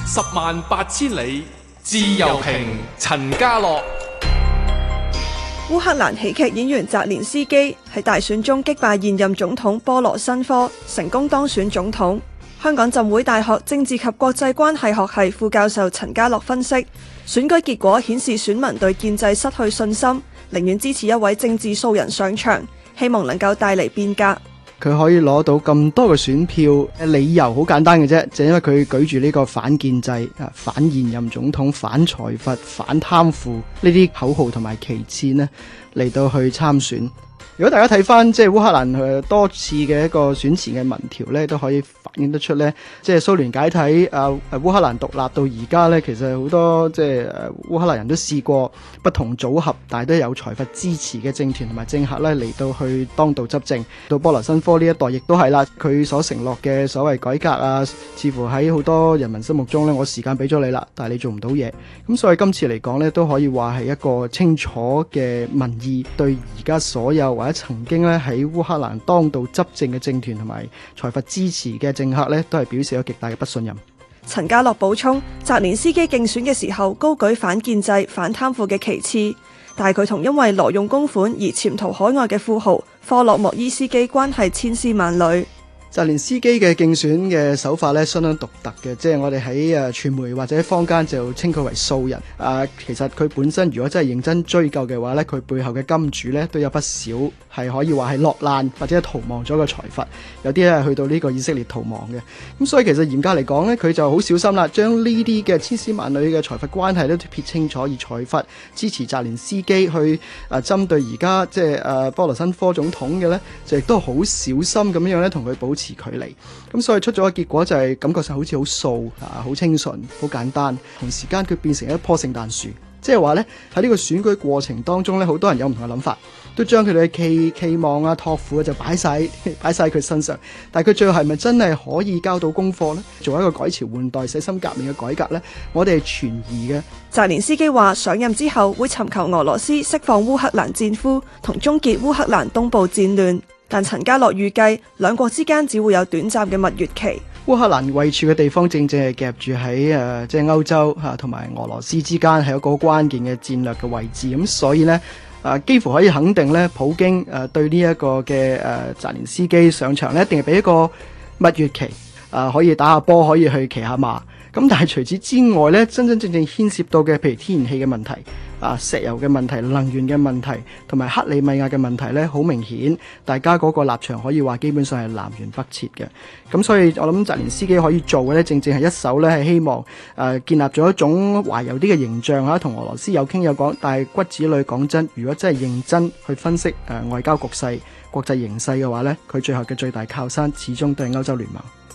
108000里，自由評陳家樂。 烏克蘭喜劇演員澤連斯基喺大選中擊敗現任總統波羅申科，成功當選總統。香港浸會大學政治及國際關係學系副教授陳家樂分析，選舉結果顯示選民對建制失去信心，寧願支持一位政治素人上場，希望能夠帶嚟變革。 佢可以攞到咁多嘅選票，理由好簡單嘅啫，就因為佢舉住呢個反建制、反現任總統、反財閥、反貪腐呢啲口號同埋旗幟呢嚟到去參選。如果大家睇翻即係烏克蘭多次嘅一個選前嘅民調咧，都可以反映得出咧，即係蘇聯解體、烏克蘭獨立到而家咧，其實好多即係烏克蘭人都試過不同組合，但係都有財閥支持嘅政團同埋政客咧嚟到去當道執政。到波羅申科呢一代亦都係啦，佢所承諾嘅所謂改革啊，似乎喺好多人民心目中咧，我時間俾咗你啦，但係你做唔到嘢。咁所以今次嚟講咧，都可以話係一個清楚嘅民意對而家所有或者曾經咧喺烏克蘭當道執政嘅政團同埋財閥支持嘅政客咧，都係表示有極大嘅不信任。 陳家樂補充，澤連斯基競選嘅時候高舉反建制、反貪腐嘅旗幟，但係佢同因為挪用公款而潛逃海外嘅富豪科洛莫伊斯基關係千絲萬縷。 澤連斯基嘅競選嘅手法咧，相當獨特嘅，即係我哋喺傳媒或者坊間就稱佢為素人。其實佢本身如果真係認真追究嘅話咧，佢背後嘅金主咧都有不少係可以話係落難或者逃亡咗嘅財閥，有啲咧去到呢個以色列逃亡嘅。咁所以其實嚴格嚟講咧，佢就好小心啦，將呢啲嘅千絲萬縷嘅財閥關係都撇清楚，而財閥支持澤連斯基去針對而家即係波羅申科總統嘅咧，就亦都好小心咁樣咧同佢保持距離。咁所以出咗嘅結果就係感覺上好似好素好清純、好簡單，同時間佢變成一棵聖誕樹。即係話咧，喺呢個選舉過程當中咧，好多人有唔同嘅諗法，都將佢哋嘅期望啊、託付就擺晒佢身上。但係佢最後係咪真係可以交到功課呢？做一個改朝換代、洗心革面嘅改革呢？我哋係存疑嘅。 澤連斯基話上任之後會尋求俄羅斯釋放烏克蘭戰俘，同終結烏克蘭東部戰亂。但陳家樂預計兩國之間只會有短暫嘅蜜月期。 烏克蘭位處嘅地方正正係夾住喺即係歐洲同埋俄羅斯之間，係一個關鍵嘅戰略嘅位置。咁所以呢，幾乎可以肯定呢，普京對呢一個嘅澤連斯基上場呢，一定係俾一個蜜月期，可以打下波，可以去騎下馬。咁但係除此之外呢，真真正正牽涉到嘅，譬如天然氣嘅問題、石油嘅問題、能源嘅問題，同埋克里米亞嘅問題呢，好明顯，大家嗰個立場可以話基本上係南轅北轍嘅。咁所以我諗澤連斯基可以做嘅呢，正正係一手呢，係希望建立咗一種懷柔啲嘅形象同俄羅斯有傾有講，但係骨子裏講真，如果真係認真去分析外交局勢、國際形勢嘅話呢，佢最後嘅最大靠山始終都係歐洲聯盟。